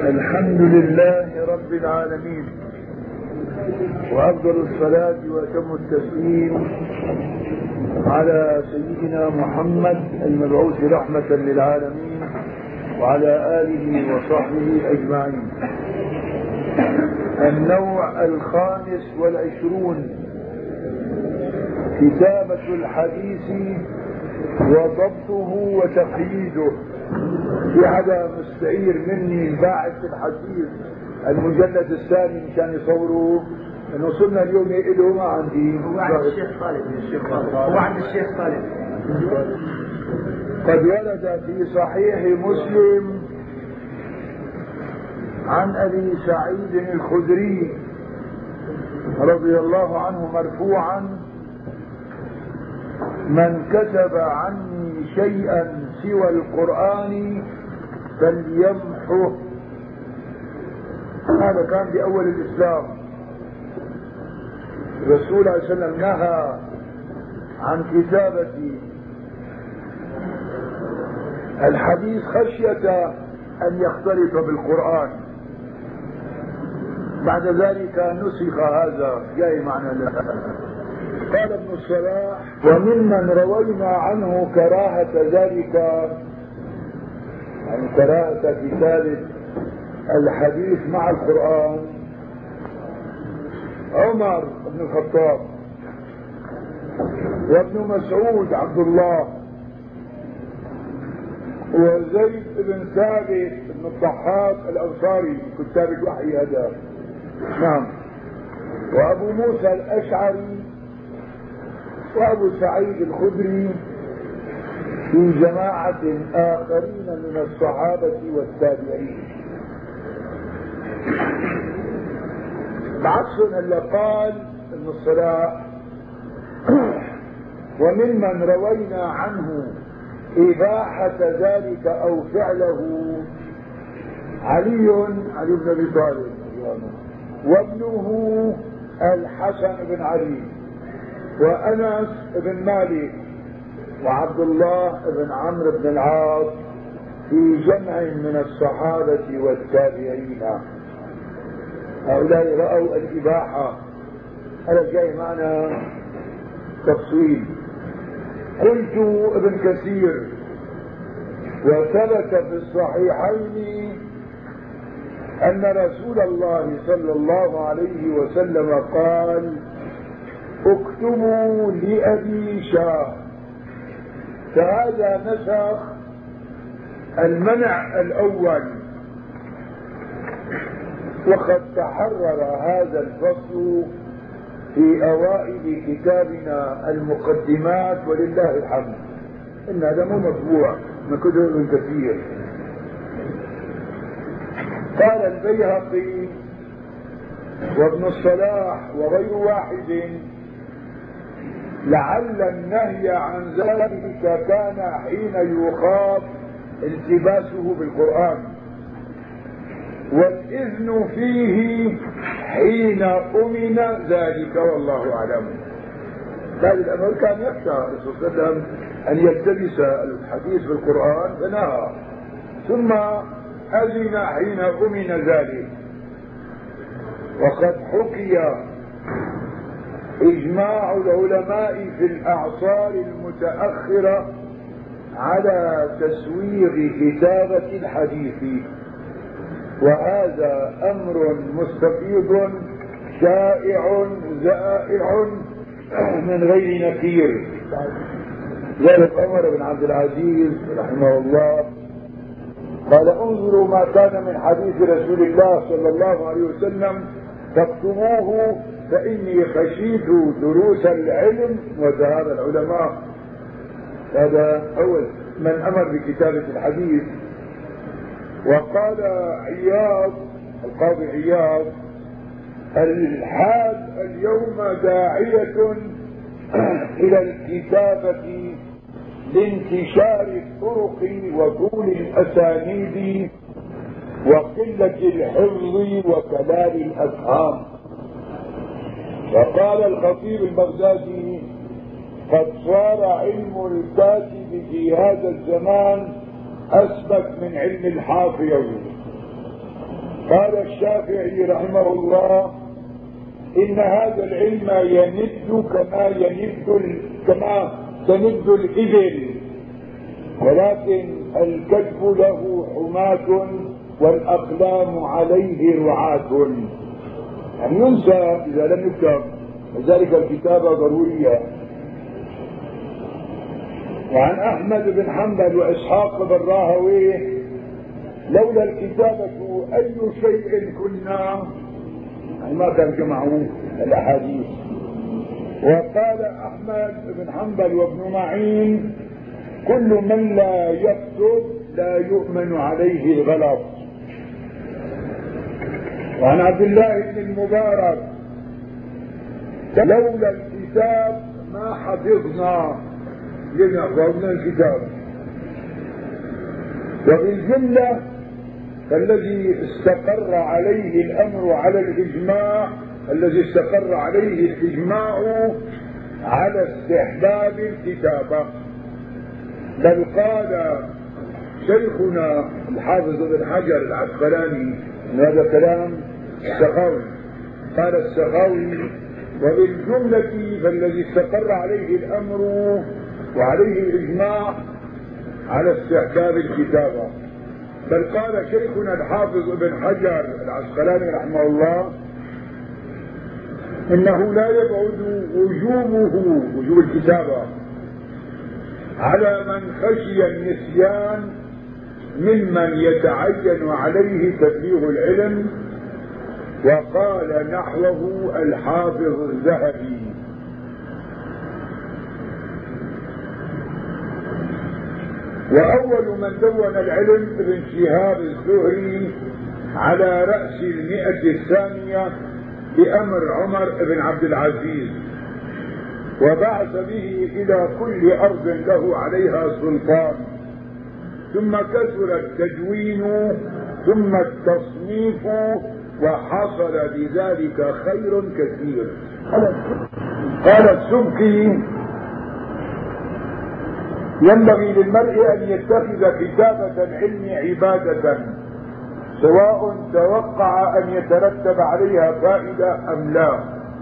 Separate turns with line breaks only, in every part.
الحمد لله رب العالمين، وأفضل الصلاة وأتم التسليم على سيدنا محمد المبعوث رحمة للعالمين وعلى آله وصحبه أجمعين. النوع 25 كتابة الحديث وضبطه وتقييده. في حدا مستعير مني باعث الحديث المجلد الثاني مشان يصوروه، انه وصلنا اليوم له ما عندي.
هو عند الشيخ طالب.
قد ورد في صحيح مسلم عن ابي سعيد الخدري رضي الله عنه مرفوعا: من كتب عني شيئا سوى القرآن فليمحه. هذا كان بأول الإسلام. الرسول عليه السلام نهى عن كتابة الحديث خشية أن يختلط بالقرآن. بعد ذلك نسخ هذا، جاي معنا قال ابن الصلاح: وممن روينا عنه كراهة ذلك، يعني كراهة كتابة الحديث مع القرآن، عمر بن الخطاب، وابن مسعود عبد الله، وزيد بن ثابت بن الضحاك الأنصاري كتاب الوحي هذا، نعم، وأبو موسى الأشعري، وأبو سعيد الخدري، في جماعة آخرين من الصحابة والتابعين. بعكسنا اللي قال ابن الصلاح: وممن روينا عنه إباحة ذلك أو فعله علي بن أبي طالب وابنه الحسن بن علي وأنس بن مالك وعبد الله بن عمرو بن العاص، في جمع من الصحابة والتابعين. هؤلاء رأوا الإباحة. هذا جاي معنا تفصيل. قلت ابن كثير: وثبت في الصحيحين أن رسول الله صلى الله عليه وسلم قال: اكتبوا لأبي شاه. فهذا نسخ المنع الأول، وقد تحرر هذا الفصل في أوائل كتابنا المقدمات ولله الحمد. إن هذا مو مطبوع من كتب ابن كثير. قال البيهقي وابن الصلاح وغير واحد: لعل النهي عن ذلك كان حين يخاف التباسه بالقرآن، والإذن فيه حين أمن ذلك، والله أعلم. هذا الأمر كان يخشى الرسول صلى الله عليه وسلم أن يلتبس الحديث بالقرآن فنهى، ثم أذن حين أمن ذلك. وقد حكي إجماع العلماء في الأعصار المتأخرة على تسويغ كتابة الحديث، وهذا أمر مستفيض شائع زائع من غير نكير. ذلك عمر بن عبد العزيز رحمه الله قال: انظروا ما كان من حديث رسول الله صلى الله عليه وسلم فاكتبوه، فإني خشيت دروس العلم وذهاب العلماء. هذا أول من أمر بكتابة الحديث. وقال عياض القاضي عياض: الحال اليوم داعية إلى الكتابة لانتشار الطرق وطول الأسانيد وقلة الحفظ وكلال الأفهام. وقال الخطيب البغدادي: قد صار علم الكاتب في هذا الزمان أثبت من علم الحافظ، قال الشافعي رحمه الله: إن هذا العلم يند كما تند الإبل، ولكن الكتب له حماة والأقلام عليه رعاة. يعني ينسى إذا لم يكتب، لذلك الكتابة ضرورية. وعن أحمد بن حنبل وإسحاق بن راهويه: لولا الكتابة أي شيء كنا، يعني ما كان جمعوا الأحاديث. وقال أحمد بن حنبل وابن معين: كل من لا يكتب لا يؤمن عليه الغلط. وعن عبد الله بن المبارك: لولا الكتاب ما حفظنا، لنحفظنا الكتاب. وبالجملة فالذي استقر عليه الأمر على الإجماع، الذي استقر عليه الإجماع على استحباب الكتابة. بل قال شيخنا الحافظ بن حجر العسقلاني، هذا كلام السخاوي، قال السخاوي: وبالجملة فالذي استقر عليه الأمر وعليه الإجماع على استحباب الكتابة. بل قال شيخنا الحافظ بن حجر العسقلاني رحمه الله: إنه لا يبعد وجوب الكتابة على من خشي النسيان ممن يتعين عليه تبليغ العلم. وقال نحوه الحافظ الذهبي. وأول من دون العلم ابن شهاب الزهري على رأس 100 الثانية بأمر عمر بن عبد العزيز، وبعث به إلى كل أرض له عليها سلطان، ثم كثر التدوين ثم التصنيف، وحصل بذلك خير كثير. قال السبكي: ينبغي للمرء أن يتخذ كتابة العلم عبادة، سواء توقع أن يترتب عليها فائدة أم لا.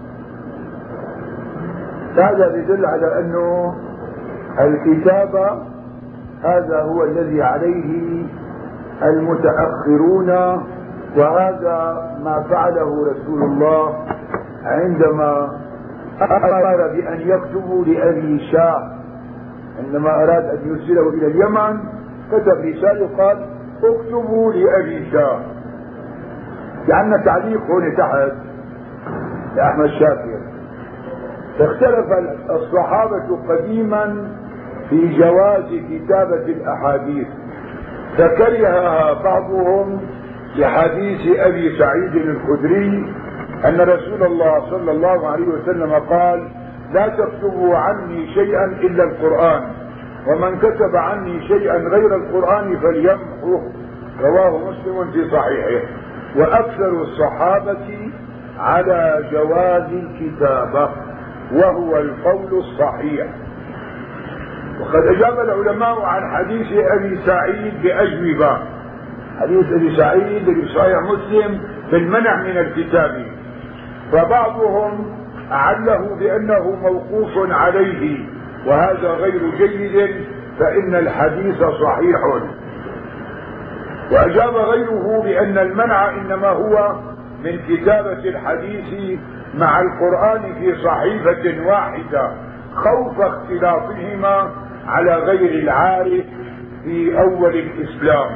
هذا يدل على أنه الكتابة هذا هو الذي عليه المتأخرون، وهذا ما فعله رسول الله عندما أمر بأن يكتبوا لأبي شاه. عندما أراد أن يرسله إلى اليمن كتب رسالة قال: اكتبوا لأبي شاه. لأن تعليق هنا تحت لأحمد شاكر: اختلف الصحابة قديما في جواز كتابة الأحاديث، فكرهها بعضهم لحديث أبي سعيد الخدري أن رسول الله صلى الله عليه وسلم قال: لا تكتبوا عني شيئا إلا القرآن، ومن كتب عني شيئا غير القرآن فليمحه. رواه مسلم في صحيحه. وأكثر الصحابة على جواز الكتابة، وهو القول الصحيح. وقد أجاب العلماء عن حديث أبي سعيد بأجوبة. حديث أبي سعيد في صحيح مسلم في المنع من الكتاب، فبعضهم أعله بأنه موقوف عليه، وهذا غير جيد، فإن الحديث صحيح. وأجاب غيره بأن المنع إنما هو من كتابة الحديث مع القرآن في صحيفة واحدة، خوف اختلاطهما على غير العارف في أول الإسلام.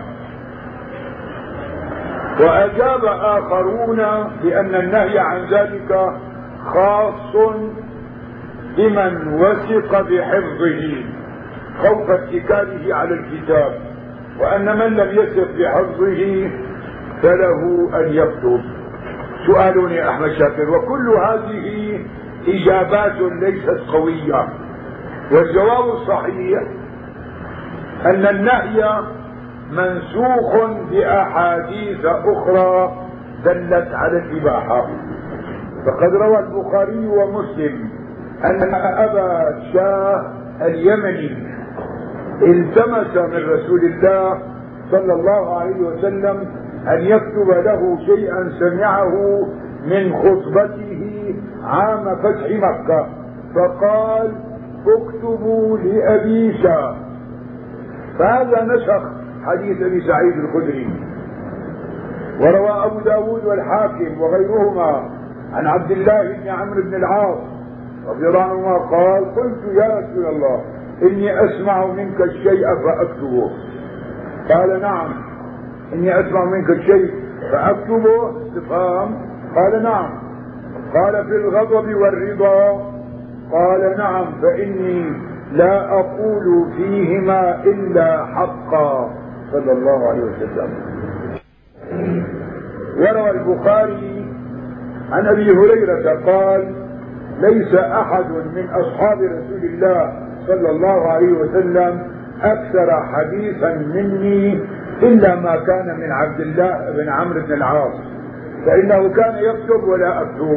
وأجاب آخرون بأن النهي عن ذلك خاص بمن وثق بحفظه خوف اتكاله على الكتاب، وأن من لم يثق بحفظه فله أن يكتب. سؤال يا أحمد شاكر: وكل هذه إجابات ليست قوية، والجواب الصحيح أن النهي منسوخ بأحاديث أخرى دلت على الإباحة. فقد روى البخاري ومسلم أن أبا شاه اليمني التمس من رسول الله صلى الله عليه وسلم أن يكتب له شيئا سمعه من خطبته عام فتح مكة، فقال اكتبوا لأبي شاه. فهذا نسخ حديث أبي سعيد الخدري. وروى أبو داود والحاكم وغيرهما عن عبد الله بن عمرو بن العاص رضي الله عنهما قال قلت يا رسول الله إني أسمع منك الشيء فأكتبه. قال نعم. إني أسمع منك الشيء فأكتبه استفهام. قال نعم. قال في الغضب والرضا. قال نعم فإني لا أقول فيهما إلا حقا صلى الله عليه وسلم. وروى البخاري عن أبي هريرة قال ليس أحد من أصحاب رسول الله صلى الله عليه وسلم أكثر حديثا مني إلا ما كان من عبد الله بن عمرو بن العاص، فإنه كان يكتب ولا أكتب.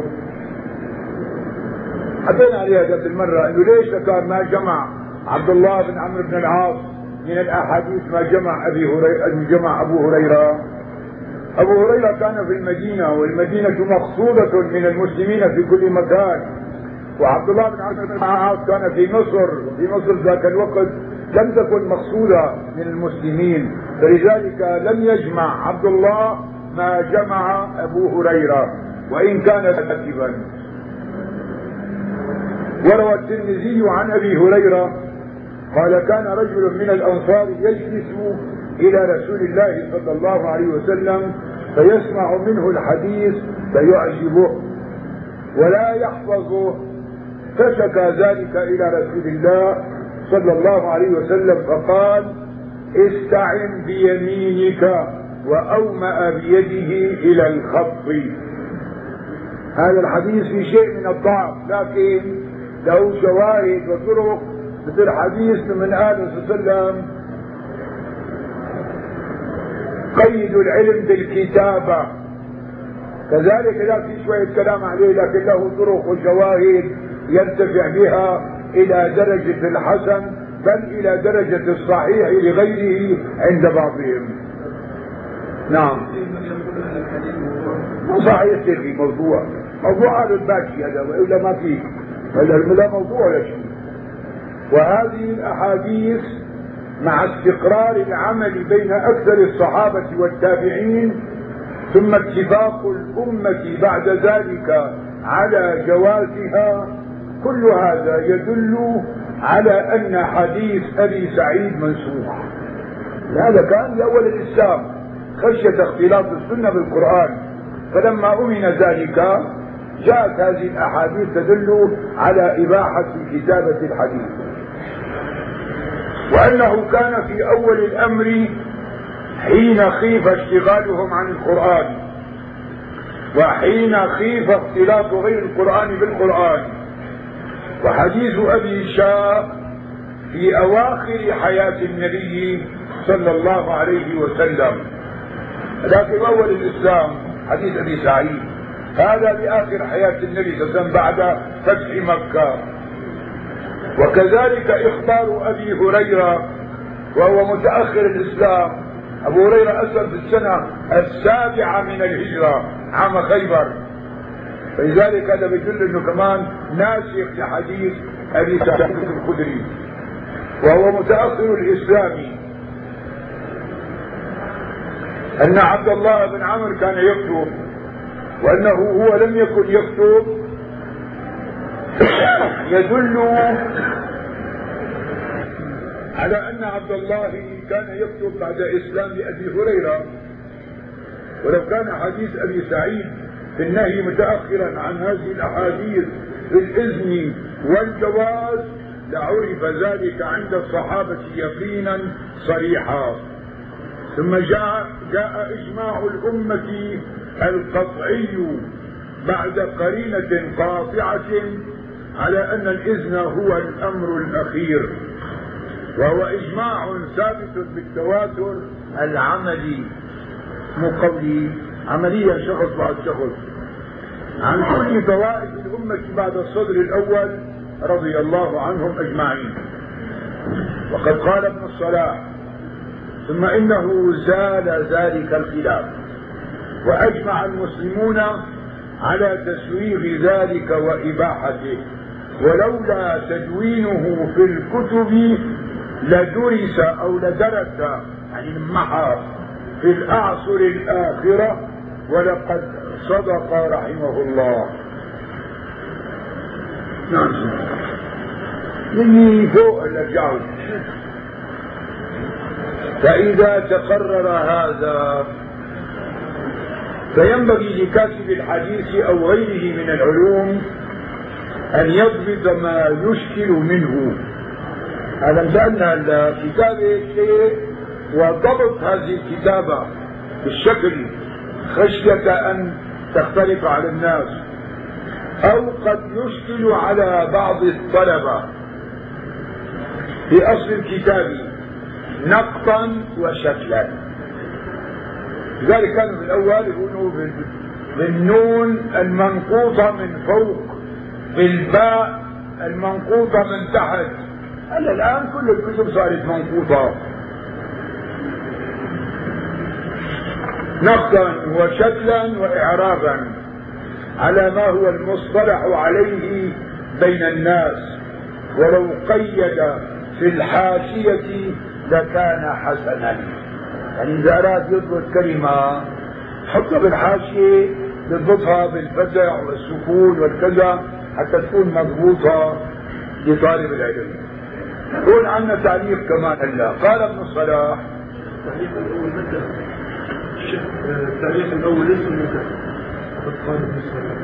حكينا عليها قبل المرة انه ليش ذكر ما جمع عبد الله بن عمرو بن العاص من الاحاديث ما جمع ابو هريرة. ابو هريرة كان في المدينة، والمدينة مقصودة من المسلمين في كل مكان، وعبد الله بن عمرو بن العاص كان في مصر ذاك الوقت لم تكن مقصودة من المسلمين، فلذلك لم يجمع عبد الله ما جمع ابو هريرة وان كان كاتبا. وروى الترمذي عن ابي هريره قال كان رجل من الانصار يجلس الى رسول الله صلى الله عليه وسلم فيسمع منه الحديث فيعجبه ولا يحفظه، فشكى ذلك الى رسول الله صلى الله عليه وسلم فقال استعن بيمينك واومأ بيده الى الخط. هذا الحديث في شيء من الضعف لكن له شواهد وطرق، مثل حديث من آل صلى الله عليه وسلم قيد العلم بالكتابة، كذلك لا في شوية كلام عليه لكن له طرق وشواهد يرتفع بها إلى درجة الحسن بل إلى درجة الصحيح لغيره عند بعضهم. نعم صحيح في موضوع هذا الباقي هذا وإلا ما فيه، هذا لا موضوع ولا شيء. وهذه الأحاديث مع استقرار العمل بين أكثر الصحابة والتابعين ثم اتفاق الأمة بعد ذلك على جوازها، كل هذا يدل على أن حديث أبي سعيد منسوخ. هذا كان لأول الإسلام خشية اختلاط السنة بالقرآن، فلما أمن ذلك جاءت هذه الأحاديث تدل على إباحة كتابة الحديث. وأنه كان في أول الأمر حين خيف اشتغالهم عن القرآن وحين خيف اختلاط غير القرآن بالقرآن. وحديث أبي شاه في أواخر حياة النبي صلى الله عليه وسلم، لكن أول الإسلام حديث أبي سعيد هذا بآخر حياة النبي صلى الله عليه وسلم بعد فتح مكة. وكذلك إخبار أبي هريرة وهو متأخر الإسلام. أبو هريرة أسلم في السنة 7 من الهجرة عام خيبر، فلذلك هذا يدل أنه كمان ناسخ لحديث أبي سعيد الخدري وهو متأخر الإسلام. أن عبد الله بن عمرو كان يكتب وأنه هو لم يكن يكتب يدل على أن عبد الله كان يكتب بعد إسلام أبي هريرة. ولو كان حديث أبي سعيد في النهي متأخرا عن هذه الأحاديث في الإذن والجواز لعرف ذلك عند الصحابة يقينا صريحا. ثم جاء إجماع الأمة القطعي بعد قرينة قاطعة على أن الإذن هو الأمر الأخير، وهو إجماع ثابت بالتواتر العملي مو قولي، عمليا شخص بعد شخص عن كل طوائف الأمة بعد الصدر الأول رضي الله عنهم أجمعين. وقد قال ابن الصلاح ثم إنه زال ذلك الخلاف، وأجمع المسلمون على تسويغ ذلك وإباحته، ولولا تدوينه في الكتب لدرس أو لدرس يعني محى في الأعصر الآخرة، ولقد صدق رحمه الله. نعم مني فوق الأجعل. فإذا تقرر هذا فينبغي لكاتب الحديث أو غيره من العلوم أن يضبط ما يشكل منه. هذا سألنا الكتابة شيء، وضبط هذه الكتابة بالشكل خشية أن تختلف على الناس، أو قد يشكل على بعض الطلبة في أصل الكتاب نقطا وشكلا. لذلك كانوا في الأول يقولوا بالنون المنقوطة من فوق، بالباء المنقوطة من تحت. الآن كل الكتب صارت منقوطة. نقطا وشكلا وإعرابا على ما هو المصطلح عليه بين الناس، ولو قيد في الحاشية لكان حسنا. يعني إذا أراد يضبط كلمة حطها بالحاشية، يضبطها بالفتح والسكون والكذا حتى تكون مضبوطة لطالب العلم. قول عنا تعليق كمان هلا. قال ابن الصلاح
التعليق الأول اسم المتن. قال ابن الصلاح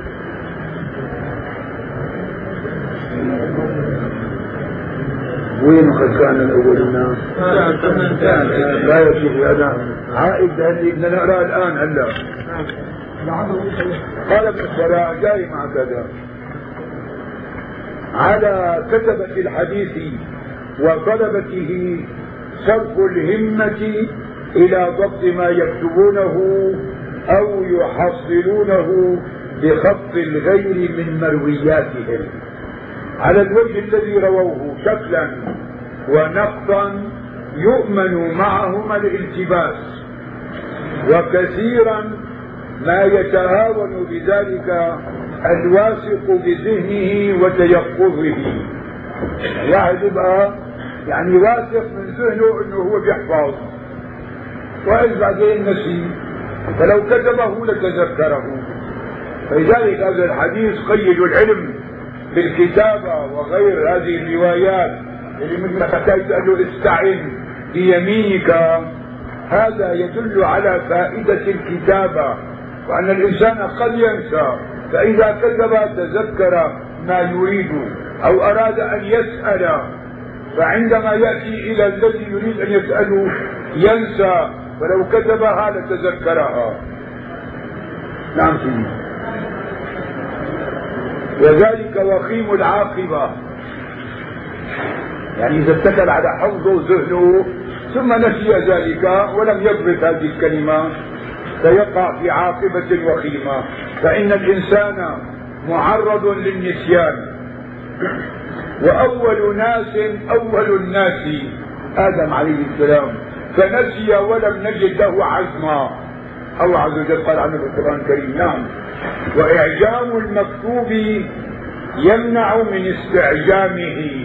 وين قد كان الأول الناس؟ لا يا شيخي هذا عائد هذه بدنا نقرأ الآن هلا. قال ابن الصلاح جاي مع كذا على كتبة الحديث وطلبته صرف الهمة إلى ضبط ما يكتبونه أو يحصلونه بخط الغير من مروياتهم على الوجه الذي رووه شكلا ونقطا يؤمن معهما الالتباس، وكثيرا ما يتهاون بذلك الواثق بذهنه وتيقظه. واحد يبقى يعني واثق من ذهنه انه هو بيحفظ، وإذ بعدين نسي، فلو كتبه لتذكره. فلذلك هذا الحديث قيد العلم بالكتابة وغير هذه الروايات اللي من تحتاج له استعن بيمينك. هذا يدل على فائدة الكتابة، وأن الإنسان قد ينسى، فإذا كتب تذكر ما يريد أو أراد أن يسأل، فعندما يأتي إلى الذي يريد أن يسأله ينسى، فلو كتبها لتذكرها. نعم سيدي. وذلك وخيم العاقبة، يعني إذا اتكل على حفظه ذهنه ثم نسي ذلك ولم يضبط هذه الكلمة فيقع في عاقبة وخيمة، فإن الإنسان معرض للنسيان. وأول ناس أول الناس آدم عليه السلام، فنسي ولم نجد له عزما. الله عز وجل قال عنه في القرآن الكريم. نعم. وإعجام المكتوب يمنع من استعجامه.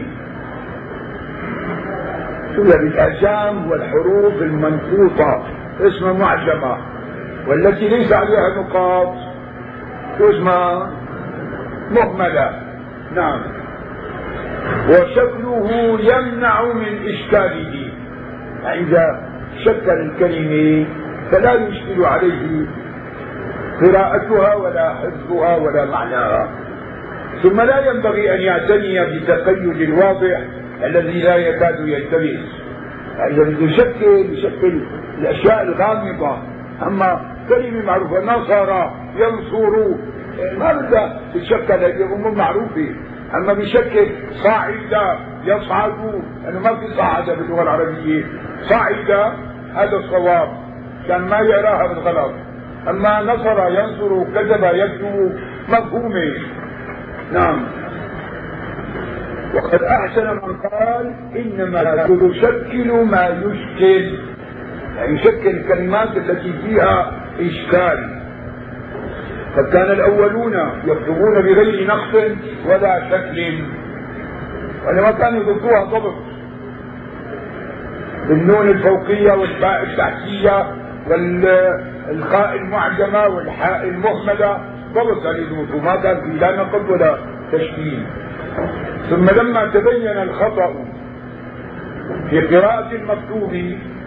الإعجام والحروف المنقوطة اسمها معجمة، والتي ليس عليها نقاط اسمها مهملة. نعم. وشكله يمنع من إشكاله، إذا شكل الكلمة فلا يشكل عليه قراءتها ولا حفظها ولا معناها. ثم لا ينبغي أن يعتني بتقيد الواضح الذي لا يكاد يلتبس. إذا يشكل الأشياء الغامضة. أما كلمة معروفة نصر ينصر ما بدها تتشكل، هذه أمور معروفة. أما بشكل صاعد يصعد، لأنه ما في صعد باللغة العربية. صاعد هذا الصواب، كان ما يراها بالغلط. أما نصر ينصر كذب يكذب مفهومه. نعم. وقد أحسن من قال إنما تشكل ما يشكل، يعني يشكل الكلمات التي فيها إشكال. قد كان الأولون يكتبون بغير نقص ولا شكل، وإنما كانوا يضبطوها ضبط بالنون الفوقية والباء التحتية والخاء المعجمة والحاء المهملة، ضبط يضبطوا، ما كان في لا نقص ولا تشكيل. ثم لما تبين الخطأ في قراءة المكتوب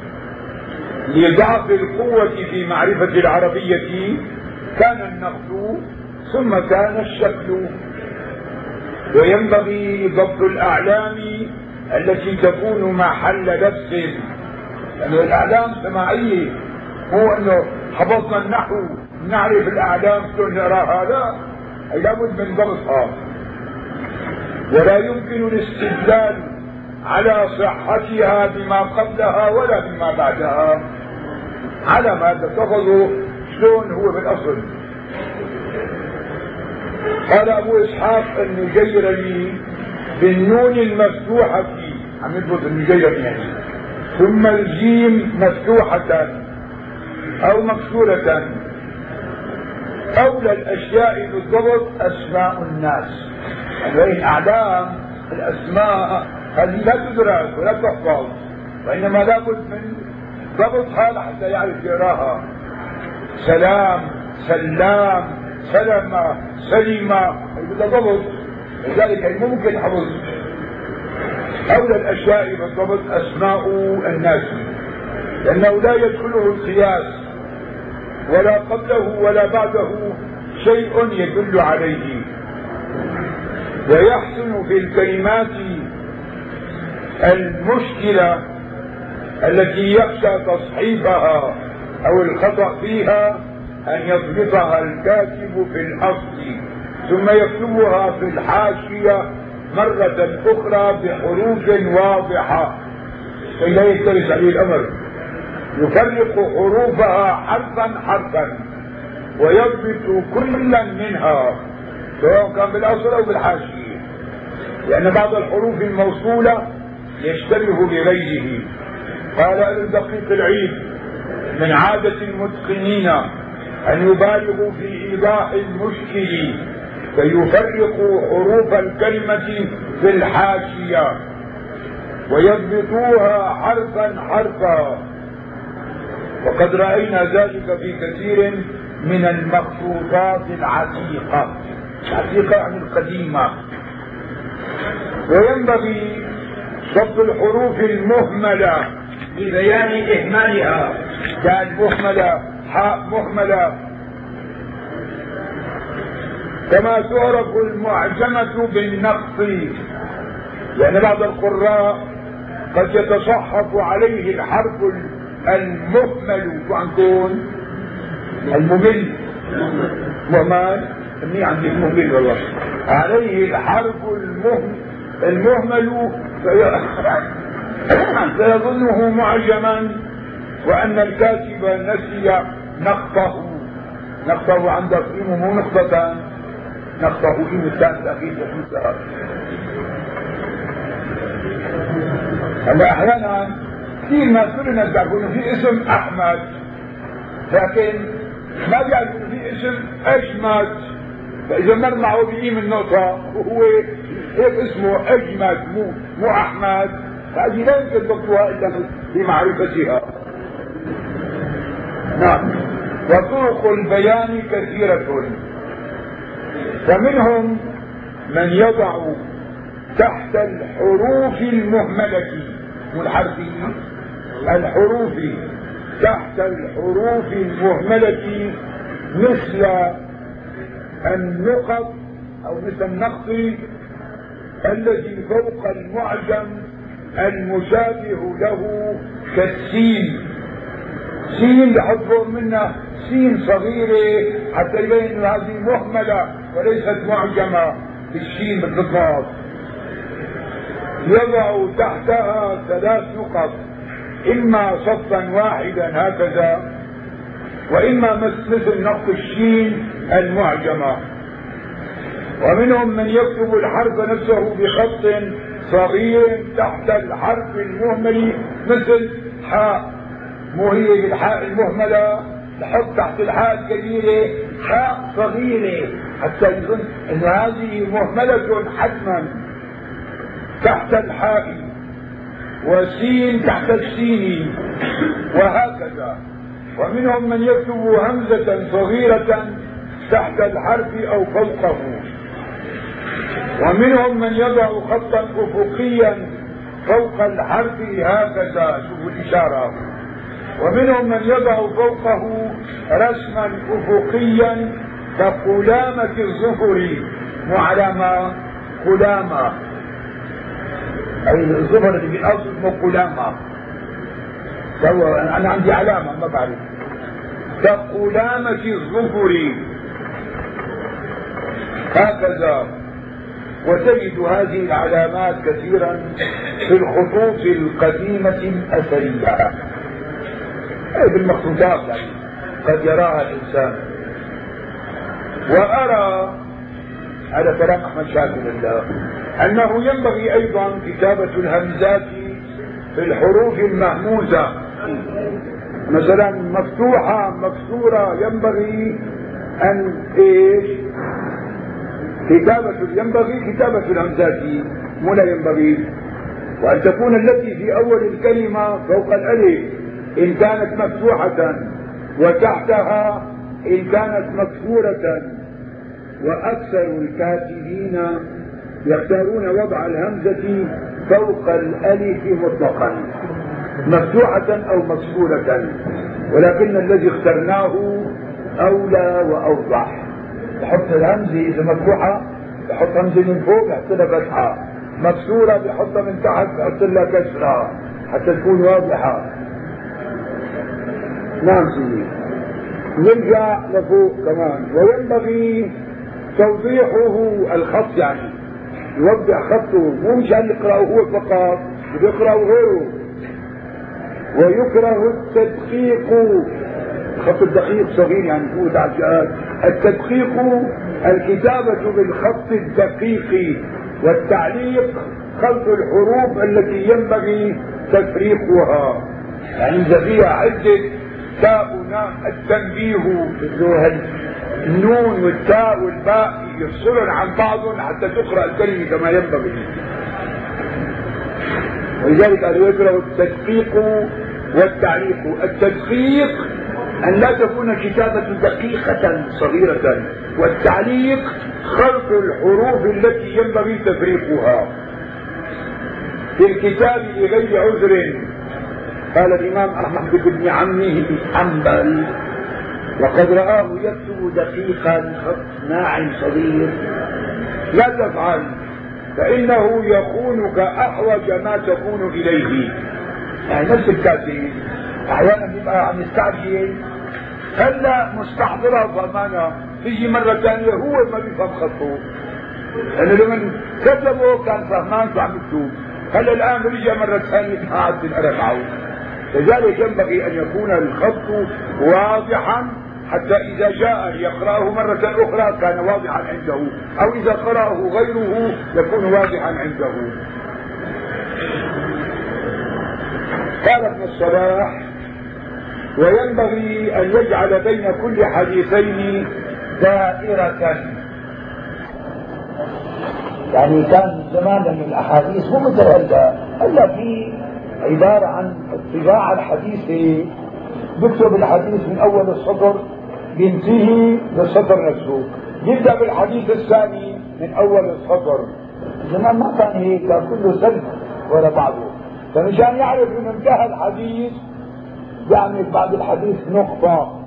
لضعف القوة في معرفة العربية كان النقص ثم كان الشكل. وينبغي ضبط الأعلام التي تكون محل لبس، يعني الأعلام سماعية، مو أنه حفظنا النحو نعرف الأعلام شلون نقراها، لا، لابد من ضبطها. ولا يمكن الاستدلال على صحتها بما قبلها ولا بما بعدها، على ما تحفظه شلون هو بالأصل. قال أبو إسحاق النجيري بالنون المفتوحة، عم يضبط النجيري يعني، ثم الجيم مفتوحة أو مكسورة، أولى الأشياء بالضبط أسماء الناس. هذه الأعلام الأسماء هذه لا تدرس ولا تحفظ، وإنما لابد من ضبطها حتى يعرف يقراها. سلام، سلام، سلمة، سليمة، بدها ضبط، لذلك ممكن حفظ. أولى الأشياء بالضبط أسماء الناس، لأنه لا يدخله القياس ولا قبله ولا بعده شيء يدل عليه. ويحسن في الكلمات المشكلة التي يخشى تصحيفها أو الخطأ فيها أن يضبطها الكاتب في الأصل ثم يكتبها في الحاشية مرة أخرى بحروف واضحة كي لا يختلف عليه الأمر، يفرق حروفها حرفا حرفا ويضبط كلا منها سواء كان بالأصل أو بالحاشية، لأن بعض الحروف الموصولة يشتبه بغيره. قال ابن دقيق العيد من عادة المتقنين أن يبالغوا في إيضاح المشكل فيفرقوا حروف الكلمة في الحاشية ويضبطوها حرفا حرفا، وقد رأينا ذلك في كثير من المخطوطات العتيقة، العتيقة عن القديمة. وينبغي ضبط الحروف المهملة لبيان إهمالها، كان مهملة، حاء مهملة، كما تعرف المعجمة بالنقص، لأن بعض القراء قد يتصحف عليه الحرف المهمل وعنكون الممل مهمل، اني عندي مهمل والله، عليه الحرف المهمل فيظنه معجما، وأن الكاتب نسي نقطه عند قيمه مو نقطتان، نقطه قيمه الثاني الأخير يحسها. هلا أحيانا كثير ما كل الناس بيعرفون في اسم أحمد، لكن ما بيعرفون في اسم أجمد، فإذا مر معه بقيم النقطة وهو هيك اسمه أجمد مو أحمد، هذه لا يمكن ضبطها إلا بمعرفتها. نعم. وطرق البيان كثيرة، فمنهم من يضع تحت الحروف المهملة والحرفية، الحروف تحت الحروف المهملة مثل النقط أو مثل النقط الذي فوق المعجم المشابه له كالسين، سين بحطوا منها سين صغيرة حتى يبين انه هذه مهملة وليست معجمة بالشين بالضبط. يضع تحتها 3 نقط، اما صفا واحدا هكذا، واما مثل نقط الشين المعجمة. ومنهم من يكتب الحرف نفسه بخط صغير تحت الحرف المهمل مثل حاء، مو هي الحاء المهملة نحط تحت الحاء الكبيرة حاء صغيرة حتى يظن أن هذه مهملة حتما تحت الحاء، وسين تحت السين، وهكذا. ومنهم من يكتب همزة صغيرة تحت الحرف أو فوقه، ومنهم من يضع خطا أفقيا فوق الحرف هكذا، شوفوا الإشارة، ومنهم من يضع فوقه رسما أفقيا كقلامة الظفر، مو علامة قلامة، أي الظفر اللي بالأرض اسمه قلامة، أنا عندي علامة ما بعرف، كقلامة الظفر هكذا. وتجد هذه العلامات كثيرا في الخطوط القديمة الأثرية، أي بالمخطوطات يعني قد يراها الإنسان. وأرى على كلام أحمد شاكر الله أنه ينبغي أيضا كتابة الهمزات في الحروف المهموزة، مثلا مفتوحة مكسورة ينبغي أن ينبغي كتابة الهمزات، ولا ينبغي، وأن تكون التي في أول الكلمة فوق الألف إن كانت مفتوحة، وتحتها إن كانت مكسورة. وأكثر الكاتبين يختارون وضع الهمزة فوق الألف مطلقا مفتوحة أو مكسورة، ولكن الذي اخترناه أولى وأوضح. بحط الهمزة إذا مفتوحة بحط همزة من فوق بحط لها فتحة، مكسورة بحطها من تحت بحط لها كسرة حتى تكون واضحة. نعم سيدي. نرجع لفوق كمان. وينبغي توضيحه الخط، يعني يوضح خطه، مو مشان يقرأه هو فقط، يقرأه غيره. ويكره التدقيق، الخط الدقيق صغير يعني فوق تعجئات. التدقيق الكتابة بالخط الدقيق، والتعليق خلط الحروف التي ينبغي تفريقها، يعني إذا فيها عدة تاء وناء التنبيه، النون والتاء والباء يفصلن عن بعضهم حتى تقرأ الكلمة كما ينبغي. ولذلك قالوا يكره التدقيق والتعليق. التدقيق أن لا تكون كتابة دقيقة صغيرة، والتعليق خلط الحروف التي ينبغي تفريقها. في الكتاب لغير عذر قال الإمام أحمد بن عمه حنبل وقد رآه يكتب دقيقا خط ناعم صغير، لا تفعل فإنه يخونك أحوج ما تكون إليه. يعني نفس الكاتب أحيانا بيبقى عم يستعجل، هلا مستحضرها فهمانة، تيجي مرة ثانية هو ما بيفهم خطه، لأنه لما كتبه كان فهمان فعم يكتب، هلا الآن رجع مرة ثانية ما عاد تنقرا معه. لذلك ينبغي أن يكون الخط واضحا حتى إذا جاء يقرأه مرة أخرى كان واضحا عنده، أو إذا قرأه غيره يكون واضحا عنده. قال ابن الصلاح: وينبغي أن يجعل بين كل حديثين دائرة. يعني كان زمان من الأحاديث مو مثل هلا في عبارة عن اتباع الحديث، بيكتب الحديث من أول السطر بينتهي بالسطر نفسه، يبدأ بالحديث الثاني من أول السطر. زمان ما كان هيك، كان كله سلك ولا بعضه، فمشان يعرف انه انتهى الحديث يعمل بعد الحديث نقطة،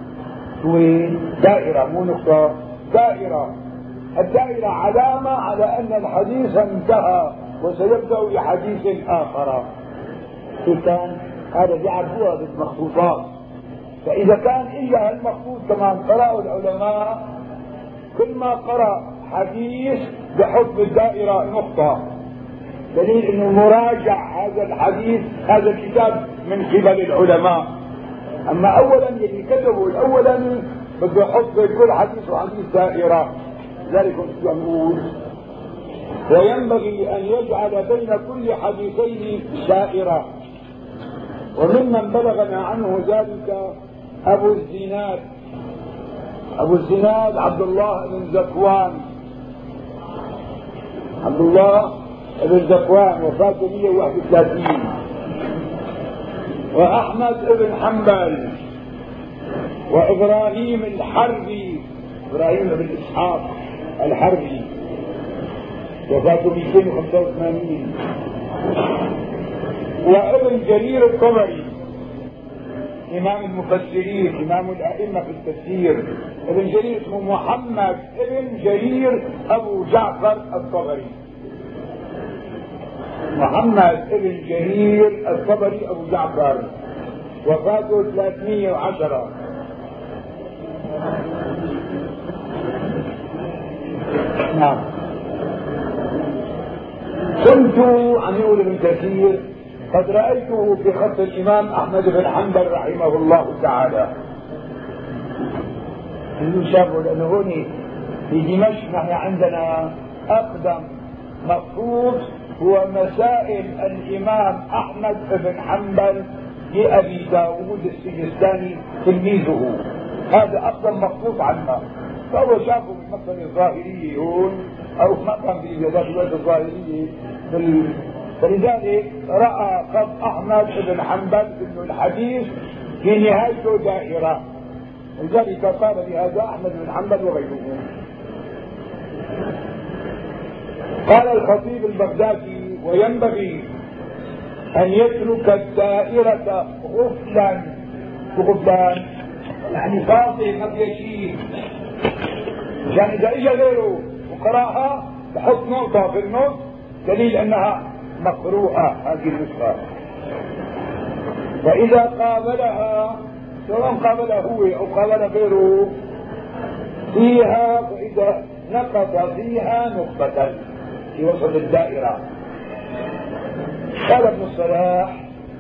دائرة مو نقطة، دائرة. الدائرة علامة على أن الحديث انتهى وسيبدأ بحديث آخر. كان هذا بيعرفوها بالمخطوطات، فإذا كان إياها المخطوط كمان قرأوا العلماء، كل ما قرأ حديث بحط بالدائرة نقطة، دليل انه مراجع هذا الحديث هذا الكتاب من قبل العلماء. اما اولا اللي كتبوا الاولاني بده يحط بين كل حديث وحديث دائرة. ذلك يقول: وينبغي ان يجعل بين كل حديثين دائرة. وممن بلغنا عنه ذلك ابو الزناد أبو الزناد عبد الله بن زكوان، عبد الله بن زكوان وفاته 131. وأحمد بن حنبل، وإبراهيم الحربي، إبراهيم بن إسحاق الحربي وفاته 285. وابن جرير الطبري إمام المفسرين، إمام الأئمة في التفسير. ابن جرير اسمه محمد ابن جرير أبو جعفر الطبري، محمد ابن جرير الطبري أبو جعفر وفاته 310. نعم. كنت عم يقول ابن كثير قد رأيته في خط الإمام أحمد بن حنبل رحمه الله تعالى. اللي شافوا لأنه هون في دمشق نحن عندنا أقدم مخطوط هو مسائل الإمام أحمد بن حنبل لأبي داود السجستاني تلميذه، هذا أقدم مخطوط عنها. فهو شافه في مكتب الظاهرية هون أو ما كان في ذات الظاهرية، فلذلك رأى خط أحمد بن حنبل أنه الحديث في نهايته دائرة، ولذلك قال بهذا أحمد بن حنبل وغيره. قال الخطيب البغدادي: وينبغي أن يترك الدائرة غفلا. غفلا يعني فاضي ما في شيء، يعني إذا إجا غيره وقرأها بحط نقطة في النص دليل أنها مقروءة هذه النسخة. فإذا قابلها سواء قابلها هو أو قابل غيره فيها، فإذا نقص فيها نقطة في وسط الدائرة. قال ابن الصلاح: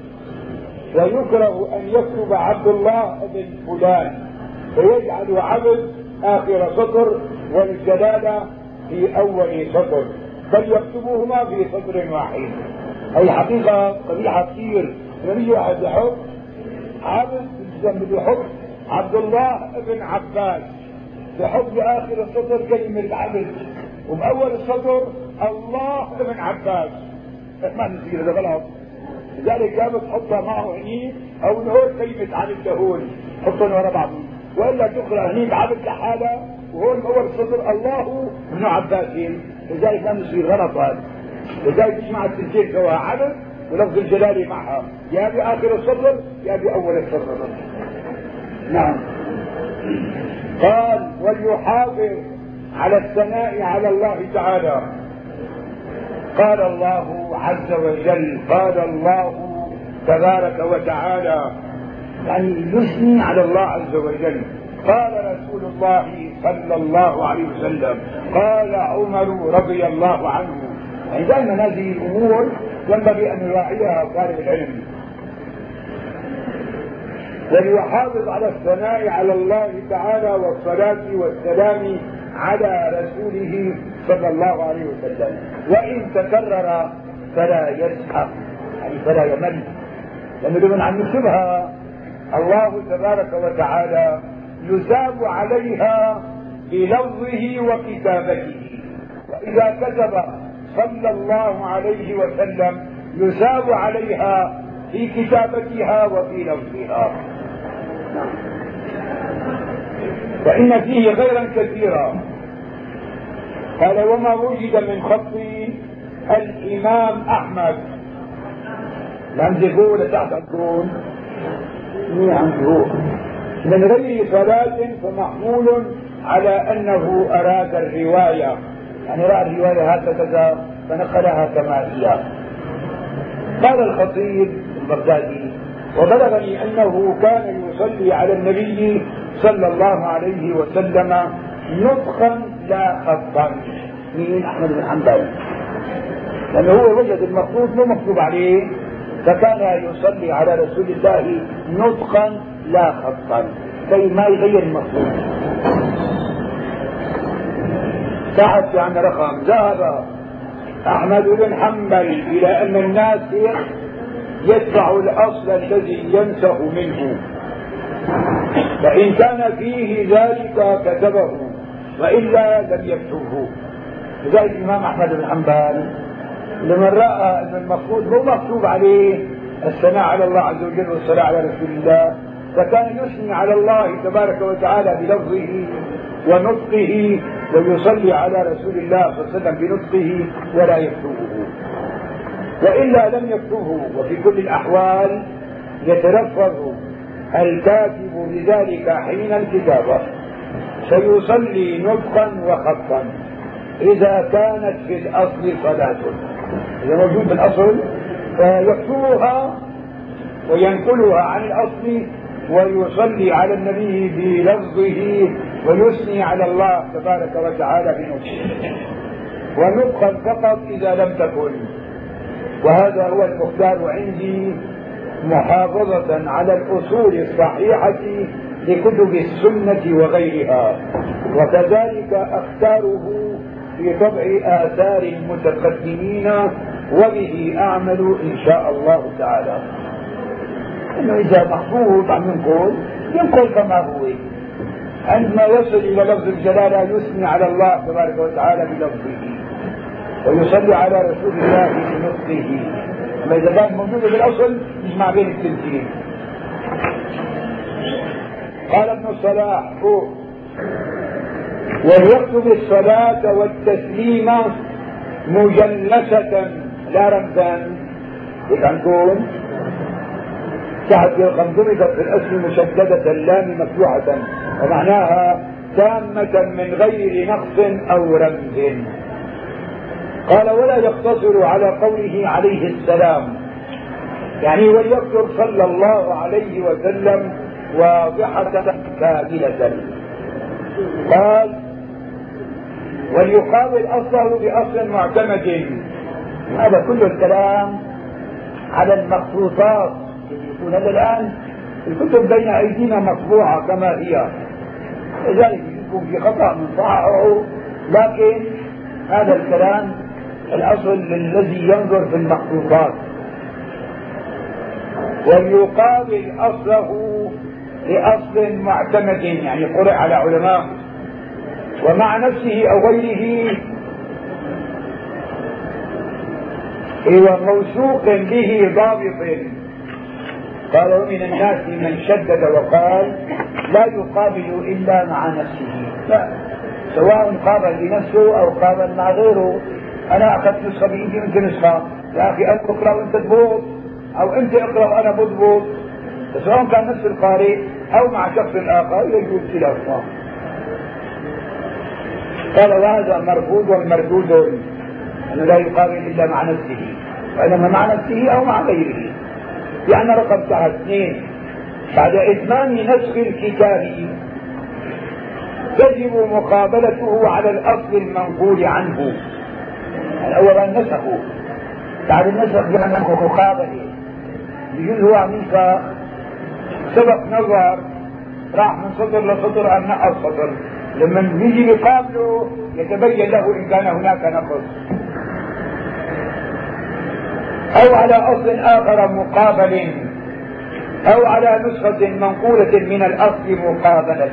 ويكره أن يكتب عبد الله بن فلان فيجعل عبد آخر سطر والجلالة في أول سطر، بل يكتبوهما في سطر واحد. هي حقيقة قبيحة كثير. لما يجي واحد يحط عبد بده يحط عبد الله بن عباس، يحط بآخر السطر كلمة العبد وبأول السطر الله بن عباس، ما نصير هذا غلط. لذلك كانت تحطها معه هني او هون كلمة عبد هون حطهم ورا بعض، والا تقرا هني عبد لحالها وهون اول السطر الله بن عباس، لذلك ما نصير غلط هذا. لذلك تجمع التنتين سوا عبد ولفظ الجلالة معها، يا بآخر السطر يا بأول السطر. نعم. قال: وليحافظ على الثناء على الله تعالى. قال الله عز وجل، قال الله تبارك وتعالى، يعني يثني على الله عز وجل. قال رسول الله صلى الله عليه وسلم، قال عمر رضي الله عنه. يعني دائما هذه الامور ينبغي ان يراعيها طالب العلم. وليحافظ على الثناء على الله تعالى والصلاة والسلام على رسوله صلى الله عليه وسلم، وإن تكرر فلا يسحق، يعني فلا يمل، لأنه لمن عم يكتبها الله تبارك وتعالى يثاب عليها بلفظه وكتابته، وإذا كتب صلى الله عليه وسلم يثاب عليها في كتابتها وفي لفظها. فإن فيه خيرا كثيرا. قال: وما وجد من خط الإمام أحمد، الهمزة فوق ولا تحت الكون؟ فوق. من غير صلاة فمحمول على أنه أراد الرواية، يعني رأى الرواية هكذا فنقلها كما هي. قال الخطيب البغدادي: وبلغني أنه كان يصلي على النبي صلى الله عليه وسلم نطقا لا خطا. من أحمد بن حنبل، لأنه هو وجد المخطوط مو مكتوب عليه، فكان يصلي على رسول الله نطقا لا خطا، كي ما يغير المخطوط. تحت يعني رقم: ذهب أحمد بن حنبل إلى أن الناسخ يتبع الأصل الذي ينسخ منه. فإن كان فيه ذلك كتبه وإلا لم يكتبه. لذلك الإمام أحمد بن حنبل لمن رأى أن المفروض مو مكتوب عليه الثناء على الله عز وجل والصلاة على رسول الله، فكان يثني على الله تبارك وتعالى بلفظه ونطقه ويصلي على رسول الله صلى الله عليه وسلم بنطقه ولا يكتبه، وإلا لم يكتبه. وفي كل الأحوال يتلفظ الكاتب بذلك حين الكتابة، سيصلي نطقا وخطا إذا كانت في الأصل صلاة. إذا موجود في الأصل فيكتبها وينقلها عن الأصل ويصلي على النبي بلفظه ويثني على الله تبارك وتعالى بنطقه، ونطقا فقط إذا لم تكن. وهذا هو المختار عندي محافظة على الأصول الصحيحة لكتب السنة وغيرها، وكذلك أختاره في طبع آثار المتقدمين، وبه أعمل إن شاء الله تعالى. إنه إذا محفوظ عن ينقل كما هو، عندما يصل إلى لفظ الجلالة يثني على الله تبارك وتعالى بلفظه ويصلي على رسول الله بنطقه. أما إذا كان موجود بالأصل يجمع بين التمثيل. قال ابن الصلاح وليكتب الصلاة والتسليم مجلسة لا رمزان، يكون تحت ضمت في الاسم مشددة اللام مفتوحة، ومعناها تامة من غير نقص او رمز. قال ولا يقتصر على قوله عليه السلام، يعني وليكتب صلى الله عليه وسلم واضحة كاملة. قال وليقابل اصله باصل معتمد. هذا كل الكلام على المخطوطات. يقول هذا الان الكتب بين ايدينا مطبوعة كما هي، لذلك يكون في خطأ من صححه، لكن هذا الكلام الاصل الذي ينظر في المخطوطات. وليقابل اصله باصل معتمد، يعني قرئ على علماء ومع نفسه او غيره، هو موثوق به ضابط. قال ومن الناس من شدد وقال لا يقابل الا مع نفسه، لا، سواء قابل بنفسه او قابل مع غيره. انا اخذت نسخه بايدي وانت نسخه، يا اخي انا اقرا وانت تضبط، او انت اقرا وانا بضبط، سواء كان نفس القارئ او مع شخص اخر يجوز خلافه. قال وهذا مرفوض ومردود، انه لا يقابل الا مع نفسه، وانما مع نفسه او مع غيره. يعني رقم 2 بعد اتمام نسخ الكتاب تجب مقابلته على الاصل المنقول عنه. اولا نسخه، بعد النسخ يعني مقابله، يجوز هو منك سبق نظر راح من سطر لسطر ام نقص سطر، لما يجي يقابله يتبين له ان كان هناك نقص، او على اصل اخر مقابل، او على نسخة منقولة من الاصل مقابلة.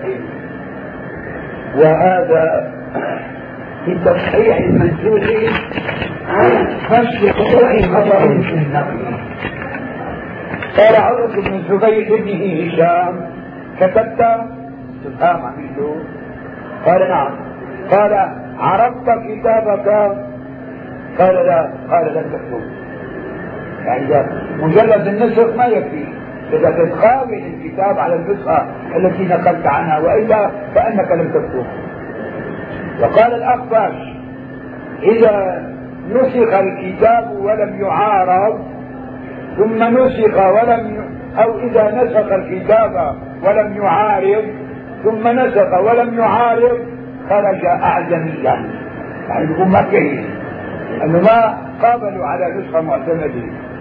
وهذا في التصحيح المنسوخ عن فصل قطوع خطأ في النقل. قال عروة بن الزبير ابنه هشام كتبت استفهام عميله؟ قال نعم. قال عرفت كتابك؟ قال لا. قال لن تكتب. يعني مجرد النسخ ما يكفي، إذا تقابل الكتاب على النسخة التي نقلت عنها، وإلا فإنك لم تكتب. وقال الأخفش إذا نسخ الكتاب ولم يعارض ثم نسخ أو إذا نسخ الكتاب ولم يعارض ثم نسخ ولم يعارض خرج أعجميا، يعني يكون ما كيس أنه ما قابلوا على نسخة معتمدة.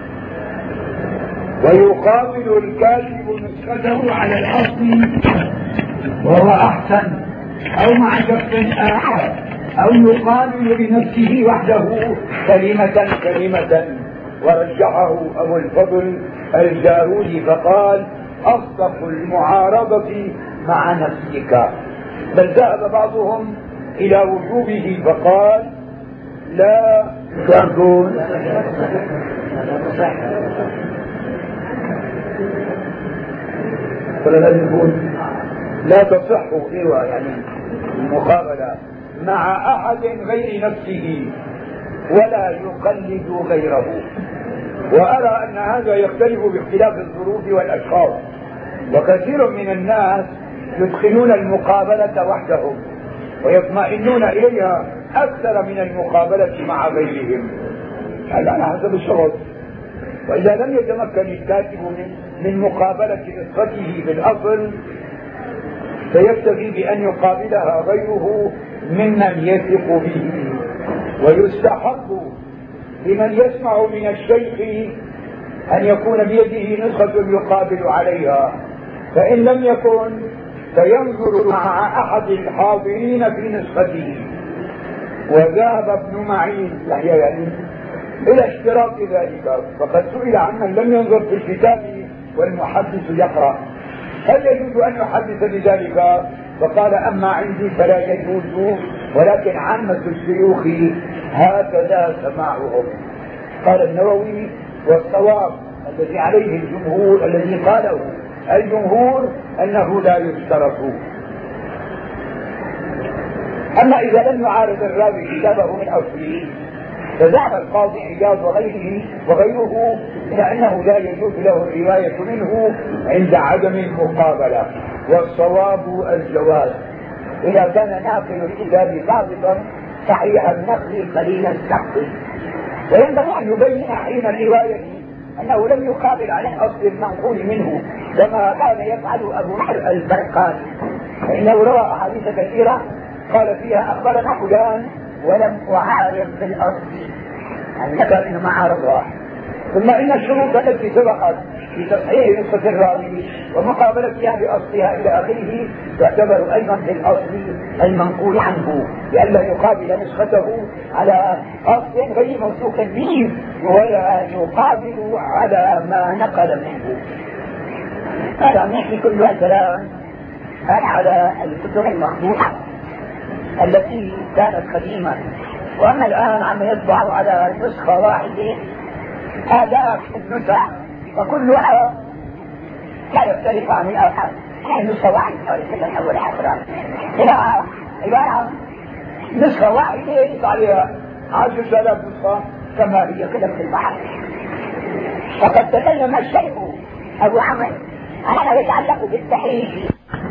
ويقابل الكاتب نسخته على الأصل وهو أحسن، أو مع شخص آخر، أو يقابل بنفسه وحده كلمة. ورجحه أبو الفضل الجارودي فقال
أصدق المعارضة مع نفسك. بل ذهب بعضهم إلى وجوبه فقال لا تكون لا تصح يعني المقابلة مع أحد غير نفسه ولا يقلد غيره. وأرى أن هذا يختلف باختلاف الظروف والأشخاص، وكثير من الناس يدخلون المقابلة وحدهم ويطمئنون إليها أكثر من المقابلة مع غيرهم على حسب الشغل. وإذا لم يتمكن الكاتب من مقابلة نسخته بالأصل فيكتفي بأن يقابلها غيره ممن يثق به. ويستحق لمن يسمع من الشيخ أن يكون بيده نسخة يقابل عليها، فإن لم يكن فينظر مع أحد الحاضرين في نسخته. وذهب ابن معين يعني إلى اشتراط ذلك، فقد سئل عمن لم ينظر في الكتاب والمحدث يقرأ هل يجوز أن يحدث بذلك؟ فقال أما عندي فلا يجوز، ولكن عامة الشيوخ هكذا سماعهم. قال النووي والصواب الذي عليه الجمهور الذي قاله الجمهور أنه لا يشترط. أما إذا لم يعارض الراوي كتابه من أصله فذهب القاضي عياض وغيره إلى أنه لا يجوز له الرواية منه عند عدم المقابلة، والصواب الجواز إذا كان ناقل الكتاب ضابطا صحيح النقل قليل السقط. وينبغي أن يبين حين الرواية أنه لم يقابل على الأصل المنقول منه كما كان يفعل أبو بكر البرقاني، فإنه روى أحاديث كثيرة قال فيها أخبرنا فلان ولم أعارض في الأصل، يعني ذكر إنه ما عارضها. ثم إن الشروط التي سبقت في تصحيح نسخة الراوي ومقابلتها بأصلها إلى آخره تعتبر أيضا في الأصل المنقول عنه، لئلا يقابل نسخته على أصل غير موثوق به ولا يقابل على ما نقل منه. هذا نحكي كل الكلام على الكتب المخطوطة التي كانت قديمة، وأما الآن عم يطبع على نسخة واحدة آلاف النسخ وكلها لا يختلف عن الآخر، يعني نسخة واحدة من أول حفرة إلى عبارة نسخة واحدة يطلع عليها 10,000 نسخة كما هي كده في البحر. وقد تكلم الشيخ أبو عمر على ما يتعلق بالتحريف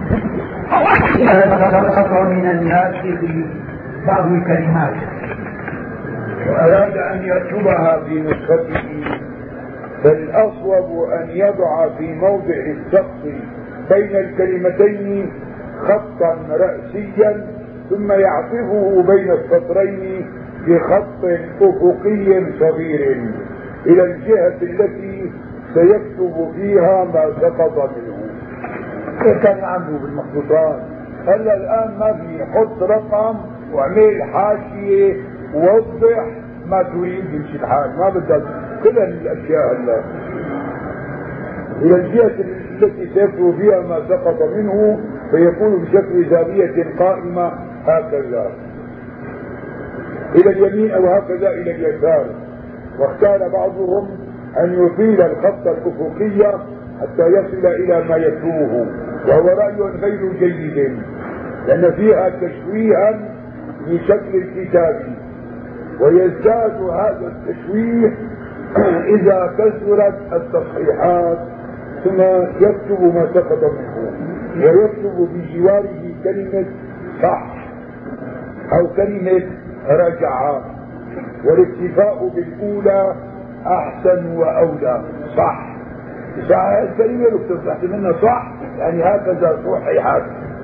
خطأ من الناس في بعض الكلمات
وأراد أن يكتبها في نسخته، فالأصوب أن يضع في موضع السقط بين الكلمتين خطا رأسيا ثم يعطفه بين السطرين بخط أفقي صغير إلى الجهة التي سيكتب فيها ما سقط منه. كان عنده بالمخطوطات. هلا الآن ما في، حط رقم واعمل حاشية ووضح ما تريد يمشي الحال، ما بدك كل الأشياء هلا إلى الجهة التي سيكتب فيها ما سقط منه، فيكون بشكل زاوية قائمة هكذا إلى اليمين أو هكذا إلى اليسار. واختار بعضهم أن يطيل الخط الأفقي حتى يصل إلى ما يكتبه، وهو رأي غير جيد لأن فيها تشويها لشكل الكتاب، ويزداد هذا التشويه إذا كثرت التصحيحات ثم يكتب ما سقط منه، ويكتب بجواره كلمة صح أو كلمة رجع، والاكتفاء بالأولى أحسن وأولى. صح الكلمة اللي بتصحح منها صح يعني هكذا صححت.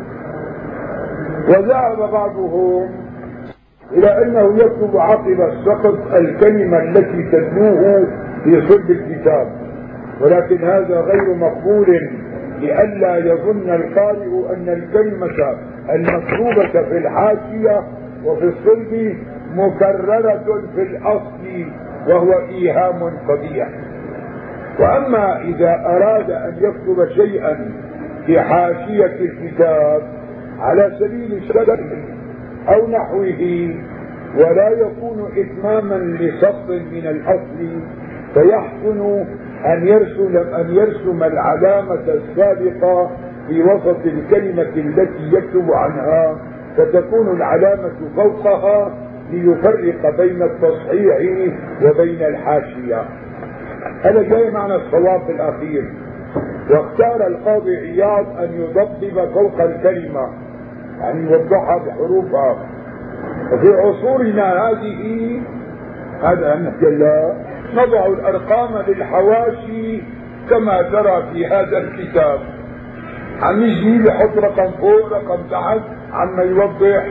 وذهب بعضهم إلى أنه يكتب عقب السقط الكلمة التي تتلوه في صلب الكتاب، ولكن هذا غير مقبول لئلا يظن القارئ أن الكلمة المكتوبة في الحاشية وفي الصلب مكررة في الأصل، وهو إيهام قبيح. وأما إذا أراد أن يكتب شيئا في حاشية الكتاب على سبيل الشبه أو نحوه ولا يكون إتماما لسقط من الأصل، فيحسن أن يرسم العلامة السابقة في وسط الكلمة التي يكتب عنها، فتكون العلامة فوقها ليفرق بين التصحيح وبين الحاشية. هذا جاي معنى الصواب الأخير. واختار القاضي عياض أن يضبب فوق الكلمة، يعني يوضحها بحروفها. وفي عصورنا هذه هذا نجلا نضع الأرقام للحواشي كما ترى في هذا الكتاب، عم يجي يحط رقم فوق رقم تحت عما يوضح.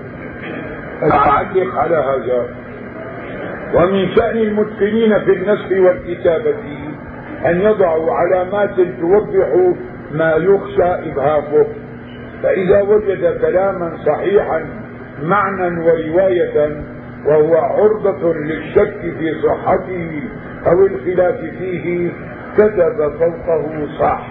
أعلق على هذا. ومن شأن المتقنين في النسخ والكتابة أن يضعوا علامات توضح ما يخشى إبهامه، فإذا وجد كلاما صحيحا معنى ورواية وهو عرضة للشك في صحته أو الخلاف فيه كتب فوقه صح.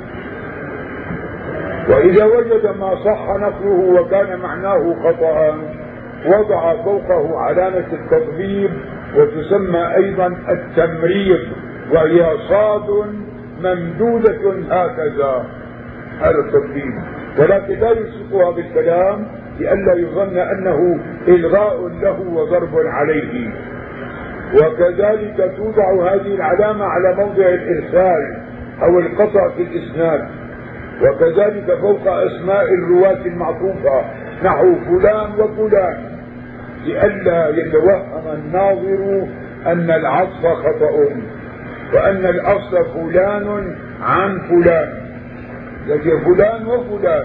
وإذا وجد ما صح نقله وكان معناه خطأ وضع فوقه علامة التضبيب، وتسمى أيضا التمريض، وهي صاد ممدودة هكذا، هذا التضبيب. ولكن لا يلصقها بالكلام لئلا يظن أنه إلغاء له وضرب عليه. وكذلك توضع هذه العلامة على موضع الإرسال أو القطع في الإسناد، وكذلك فوق أسماء الرواة المعطوفة نحو فلان وفلان، لئلا يتوهم الناظر أن العطف خطأ وأن الأصل فلان عن فلان، لكن فلان وفلان.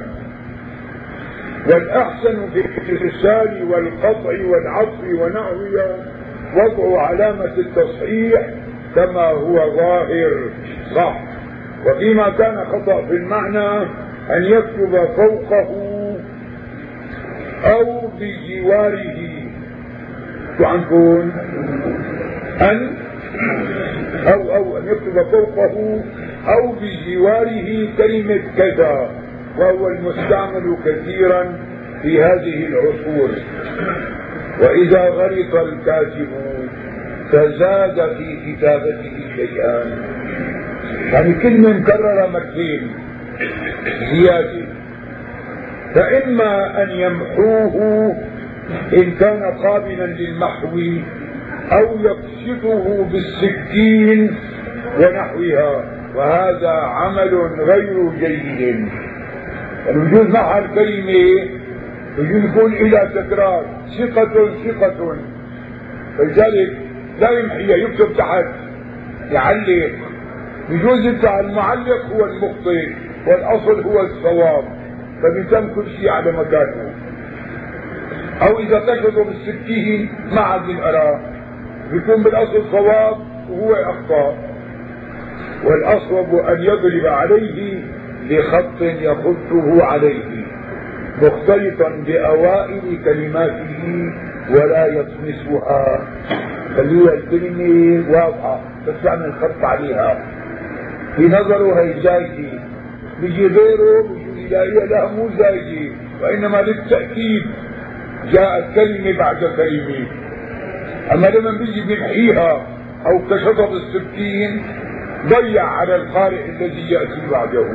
والأحسن في الإرسال والقطع والعطف ونحوها وضع علامة التصحيح كما هو ظاهر صح. وفيما كان خطأ في المعنى أن يكتب فوقه أو بجواره، شو عنكم أو أن يكتب فوقه أو بجواره كلمة كذا، وهو المستعمل كثيرا في هذه العصور. وإذا غلط الكاتب فزاد في كتابته شيئا، يعني كلمة مكررة مرتين زيادة، فإما أن يمحوه إن كان قابلا للمحو أو يقصده بالسكين ونحوها، وهذا عمل غير جيد. يجوز مع الكلمة يجوز يكون إلى تكرار ثقة، فلذلك لا يمحيها، يكتب تحت يعلق. يجوز انت المعلق هو المخطئ والأصل هو الصواب، فبيتم كل شيء على مكانه. أو إذا قصده بالسكين ما عاد الأراء، بيكون بالأصل صواب وهو أخطأ. والأصوب أن يضرب عليه بخط يخطه عليه مختلطا بأوائل كلماته ولا يطمسها، خليها الكلمة واضحة بس يعمل خط عليها. في نظره هي زايدة، بيجي غيره بيجي يلاقيها لا مو زايدة، وإنما للتأكيد جاءت كلمة بعد كلمة. أما لما بيجي بيمحيها أو كشطب السكين ضيع على القارئ الذي يأتي بعده.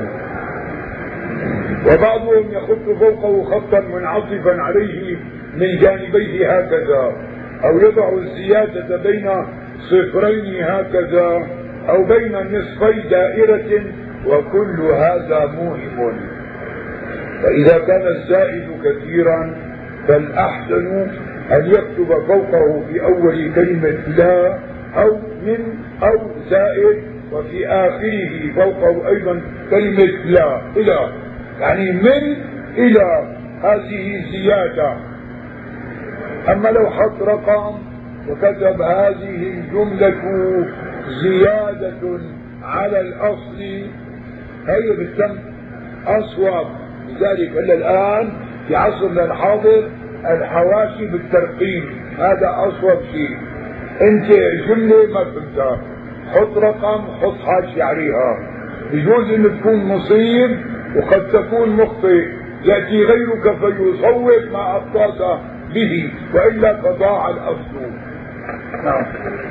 وبعضهم يخط فوقه خطا منعطفا عليه من جانبيه هكذا، أو يضع الزيادة بين صفرين هكذا، أو بين نصفي دائرة، وكل هذا موهم. فإذا كان الزائد كثيرا فالأحسن أن يكتب فوقه في أول كلمة لا أو من أو زائد، وفي آخره فوقه أيضا كلمة لا إلى، يعني من إلى، هذه زيادة. أما لو حط رقم وكتب هذه الجملة زيادة على الأصل، هي بالتم أصوب. لذلك إلا الآن في عصرنا الحاضر الحواشي بالترقيم، هذا أصوب شيء. أنت جملة ما فهمتها، حط رقم، حط حاشية عليها. يجوز ان تكون مصيب وقد تكون مخطئ، يأتي غيرك فيصوب ما أخطأت به، وإلا فضاع الأصل. نعم.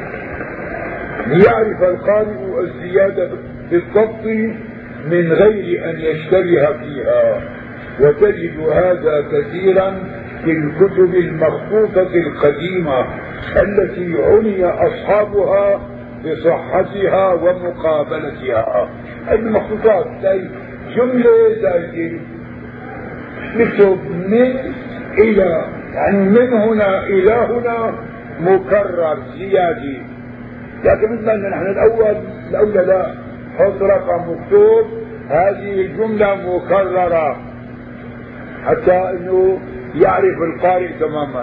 ليعرف القارئ الزيادة بالضبط من غير أن يشتبه فيها، وتجد هذا كثيرا في الكتب المخطوطة القديمة التي عني أصحابها بصحتها ومقابلتها. المخطوطات زي جملة زي نكتب من إلى، يعني من هنا إلى هنا مكرر زيادة، لكن مثل أن نحن الأول لا حط رقم مكتوب هذه الجملة مكررة حتى أنه يعرف القارئ تماما.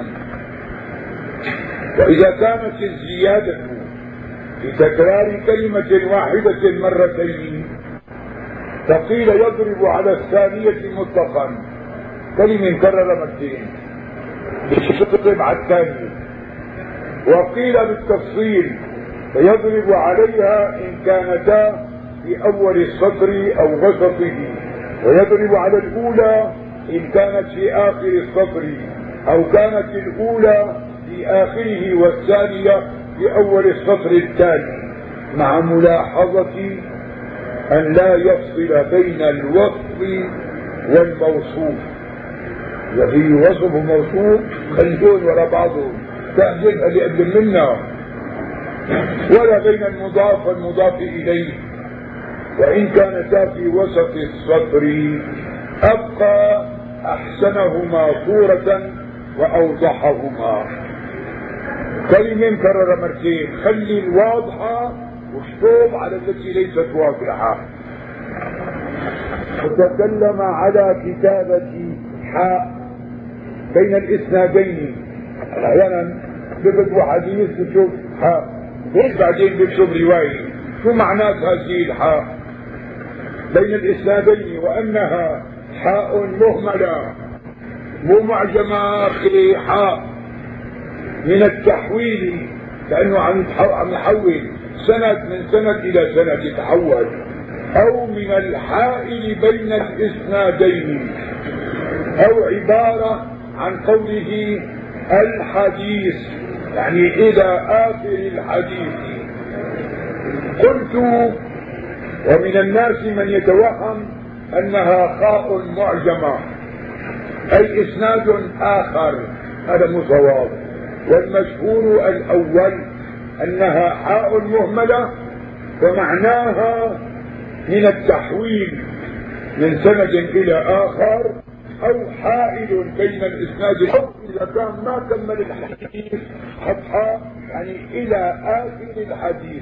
وإذا كانت الزيادة في تكرار كلمة واحدة مرتين فقيل يضرب على الثانية مطلقا، كلمة مكررة مرتين تضرب على الثانية. وقيل بالتفصيل فيضرب عليها إن كانتا في أول السطر أو وسطه، ويضرب على الأولى إن كانت في آخر السطر، أو كانت الأولى في آخره والثانية في أول السطر التالي، مع ملاحظة أن لا يفصل بين الوصف والموصوف. وفي وصف وموصوف خليون وراء بعضهم، تعجب اللي قبل منا، ولا بين المضاف والمضاف إليه، وإن كانتا في وسط السطر أبقى أحسنهما صورة وأوضحهما. كلمة مكررة مرتين، خلي الواضحة واشطب على التي ليست واضحة. وتكلم على كتابة حاء بين الإسنادين. أحيانا بكتب حديث بشوف حاء، بعدين بكتب رواية، شو معنات هذه الحاء بين الإسنادين؟ وأنها حاء مهملة مو معجمة في حاء من التحويل، لأنه عم يحول سند من سند إلى سند يتحول، أو من الحائل بين الإسنادين، أو عبارة عن قوله الحديث يعني إلى آخر الحديث. قلت ومن الناس من يتوهم أنها خاء معجمة أي إسناد آخر، هذا مو صواب. والمشهور الأول أنها حاء مهملة ومعناها من التحويل من سند إلى آخر، أو حائل بين الإسناد، أو إذا كان ما كمل الحديث حتى يعني إلى آخر الحديث.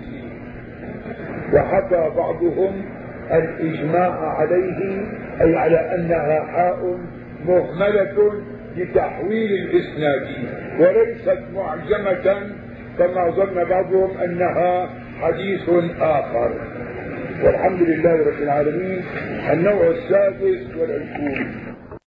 وحكى بعضهم الإجماع عليه، أي على أنها حاء مهملة لتحويل الإسناد وليست معجمة كما ظن بعضهم أنها حديث آخر. والحمد لله رب العالمين. النوع السادس والعشرون